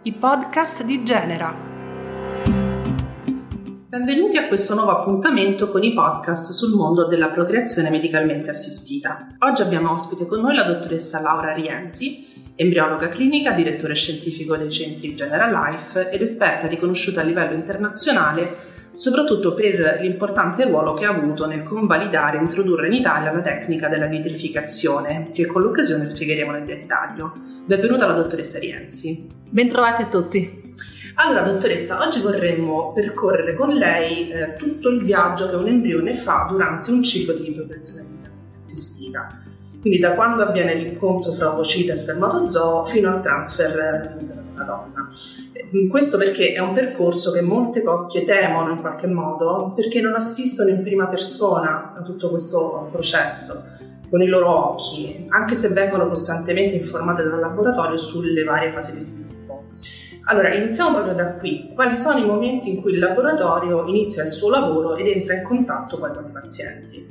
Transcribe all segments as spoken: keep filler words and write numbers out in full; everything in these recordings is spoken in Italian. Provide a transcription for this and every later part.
i podcast di Genera. Benvenuti a questo nuovo appuntamento con i podcast sul mondo della procreazione medicalmente assistita. Oggi abbiamo ospite con noi la dottoressa Laura Rienzi, embriologa clinica, direttore scientifico dei centri General Life ed esperta riconosciuta a livello internazionale soprattutto per l'importante ruolo che ha avuto nel convalidare e introdurre in Italia la tecnica della vitrificazione, che con l'occasione spiegheremo nel dettaglio. Benvenuta la dottoressa Rienzi. Bentrovati a tutti. Allora dottoressa, oggi vorremmo percorrere con lei eh, tutto il viaggio che un embrione fa durante un ciclo di procreazione assistita. Quindi da quando avviene l'incontro fra ovocita e spermatozoo fino al transfer della donna. Questo perché è un percorso che molte coppie temono in qualche modo perché non assistono in prima persona a tutto questo processo con i loro occhi, anche se vengono costantemente informate dal laboratorio sulle varie fasi di sviluppo. Allora, iniziamo proprio da qui. Quali sono i momenti in cui il laboratorio inizia il suo lavoro ed entra in contatto poi con i pazienti?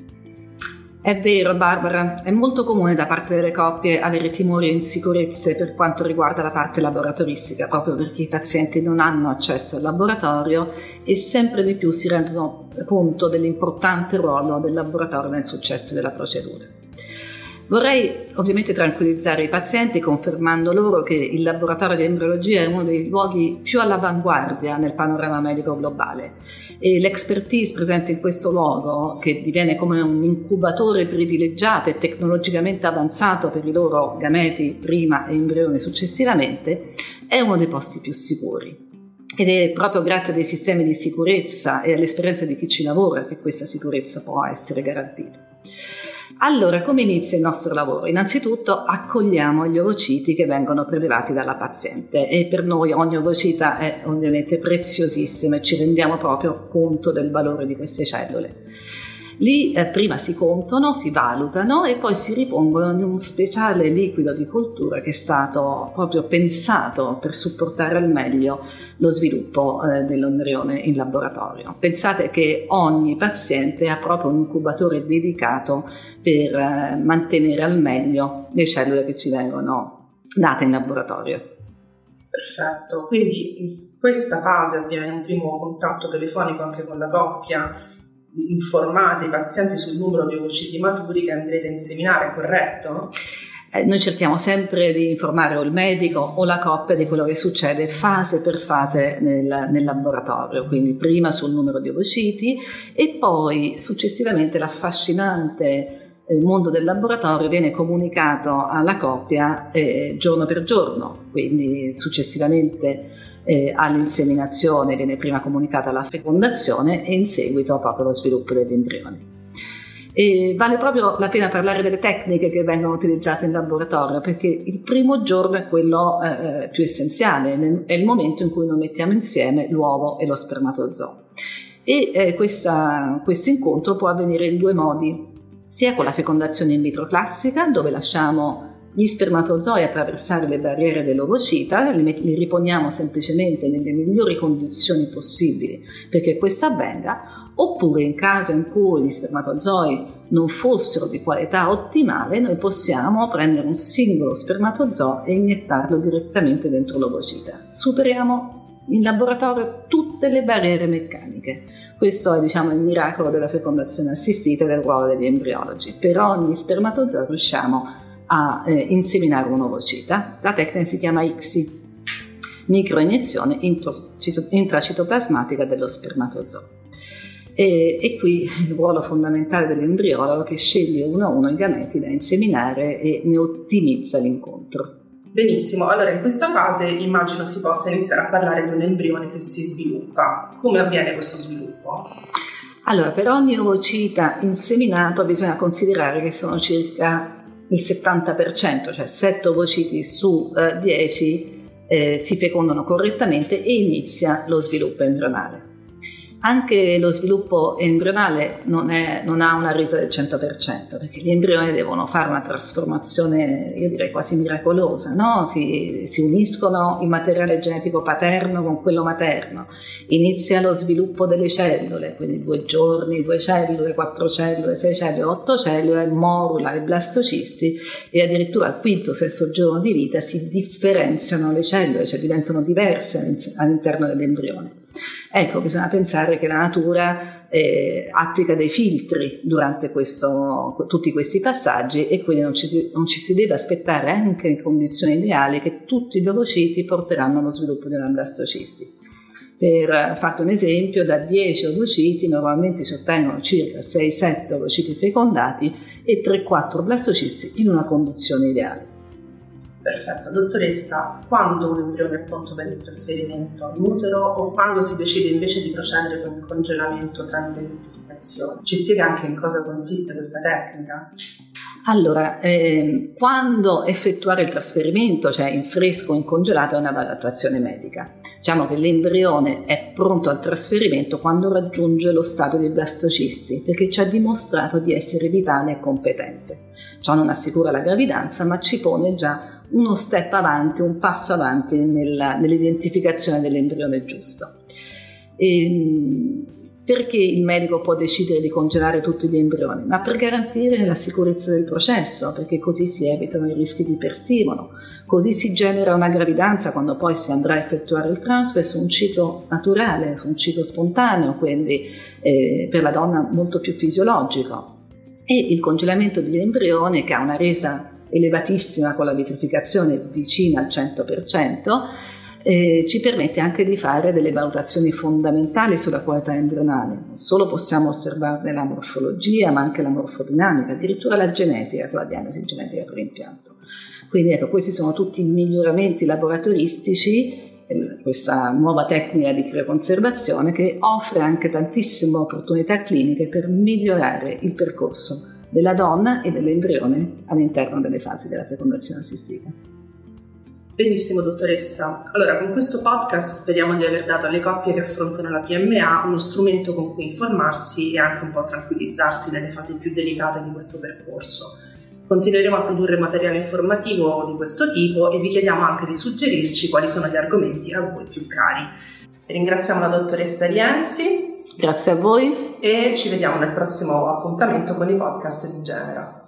È vero, Barbara, è molto comune da parte delle coppie avere timori e insicurezze per quanto riguarda la parte laboratoristica, proprio perché i pazienti non hanno accesso al laboratorio e sempre di più si rendono conto dell'importante ruolo del laboratorio nel successo della procedura. Vorrei ovviamente tranquillizzare i pazienti confermando loro che il laboratorio di embriologia è uno dei luoghi più all'avanguardia nel panorama medico globale e l'expertise presente in questo luogo, che diviene come un incubatore privilegiato e tecnologicamente avanzato per i loro gameti prima e embrioni successivamente, è uno dei posti più sicuri. Ed è proprio grazie a dei sistemi di sicurezza e all'esperienza di chi ci lavora che questa sicurezza può essere garantita. Allora, come inizia il nostro lavoro? Innanzitutto accogliamo gli ovociti che vengono prelevati dalla paziente e per noi ogni ovocita è ovviamente preziosissima e ci rendiamo proprio conto del valore di queste cellule. Lì eh, prima si contano, si valutano e poi si ripongono in un speciale liquido di coltura che è stato proprio pensato per supportare al meglio lo sviluppo eh, dell'embrione in laboratorio. Pensate che ogni paziente ha proprio un incubatore dedicato per eh, mantenere al meglio le cellule che ci vengono date in laboratorio. Perfetto, quindi in questa fase avviene un primo contatto telefonico anche con la coppia. Informate i pazienti sul numero di ovociti maturi che andrete a inseminare, corretto? Eh, noi cerchiamo sempre di informare o il medico o la coppia di quello che succede fase per fase nel, nel laboratorio, quindi prima sul numero di ovociti e poi successivamente l'affascinante eh, mondo del laboratorio viene comunicato alla coppia eh, giorno per giorno, quindi successivamente Eh, all'inseminazione viene prima comunicata la fecondazione e in seguito proprio lo sviluppo degli embrioni. E vale proprio la pena parlare delle tecniche che vengono utilizzate in laboratorio perché il primo giorno è quello eh, più essenziale, è il momento in cui noi mettiamo insieme l'uovo e lo spermatozoo e eh, questa, questo incontro può avvenire in due modi, sia con la fecondazione in vitro classica dove lasciamo gli spermatozoi attraversare le barriere dell'ovocita, li, li riponiamo semplicemente nelle migliori condizioni possibili perché questo avvenga, oppure in caso in cui gli spermatozoi non fossero di qualità ottimale, noi possiamo prendere un singolo spermatozoo e iniettarlo direttamente dentro l'ovocita. Superiamo in laboratorio tutte le barriere meccaniche. Questo è, diciamo, il miracolo della fecondazione assistita e del ruolo degli embriologi. Per ogni spermatozoo riusciamo a eh, inseminare un'ovocita. La tecnica si chiama I C S I, microiniezione intracitoplasmatica dello spermatozoo. E, e qui il ruolo fondamentale dell'embriologo che sceglie uno a uno i gameti da inseminare e ne ottimizza l'incontro. Benissimo, allora in questa fase immagino si possa iniziare a parlare di un embrione che si sviluppa. Come avviene questo sviluppo? Allora, per ogni ovocita inseminato bisogna considerare che sono circa il settanta per cento, cioè sette ovociti su eh, dieci eh, si fecondano correttamente e inizia lo sviluppo embrionale. Anche lo sviluppo embrionale non, è, non ha una resa del cento per cento, perché gli embrioni devono fare una trasformazione, io direi quasi miracolosa, no? Si, si uniscono il materiale genetico paterno con quello materno, inizia lo sviluppo delle cellule, quindi due giorni, due cellule, quattro cellule, sei cellule, otto cellule, morula e blastocisti, e addirittura al quinto, sesto giorno di vita si differenziano le cellule, cioè diventano diverse all'interno dell'embrione. Ecco, bisogna pensare che la natura eh, applica dei filtri durante questo, tutti questi passaggi, e quindi non ci, si, non ci si deve aspettare, anche in condizioni ideali, che tutti gli ovociti porteranno allo sviluppo dei blastocisti. Per farti un esempio, da dieci ovociti normalmente si ottengono circa sei sette ovociti fecondati e tre quattro blastocisti in una condizione ideale. Perfetto, dottoressa, quando un embrione è pronto per il trasferimento in utero o quando si decide invece di procedere con il congelamento tramite l'identificazione? Ci spiega anche in cosa consiste questa tecnica? Allora, eh, quando effettuare il trasferimento, cioè in fresco o in congelato, è una valutazione medica. Diciamo che l'embrione è pronto al trasferimento quando raggiunge lo stato di blastocisti, perché ci ha dimostrato di essere vitale e competente. Ciò non assicura la gravidanza, ma ci pone già uno step avanti, un passo avanti nella, nell'identificazione dell'embrione giusto. E, perché il medico può decidere di congelare tutti gli embrioni? Ma per garantire la sicurezza del processo, perché così si evitano i rischi di iperstimolo, così si genera una gravidanza quando poi si andrà a effettuare il transfer su un ciclo naturale, su un ciclo spontaneo, quindi eh, per la donna molto più fisiologico. E il congelamento dell'embrione, che ha una resa elevatissima con la vitrificazione vicina al cento per cento, eh, ci permette anche di fare delle valutazioni fondamentali sulla qualità embrionale. Non solo possiamo osservarne la morfologia, ma anche la morfodinamica, addirittura la genetica, con la diagnosi genetica per impianto. Quindi ecco, questi sono tutti miglioramenti laboratoristici, questa nuova tecnica di crioconservazione che offre anche tantissime opportunità cliniche per migliorare il percorso della donna e dell'embrione all'interno delle fasi della fecondazione assistita. Benissimo, dottoressa. Allora, con questo podcast speriamo di aver dato alle coppie che affrontano la P M A uno strumento con cui informarsi e anche un po' tranquillizzarsi nelle fasi più delicate di questo percorso. Continueremo a produrre materiale informativo di questo tipo e vi chiediamo anche di suggerirci quali sono gli argomenti a voi più cari. Ringraziamo la dottoressa Rienzi. Grazie a voi e ci vediamo nel prossimo appuntamento con i podcast di Genera.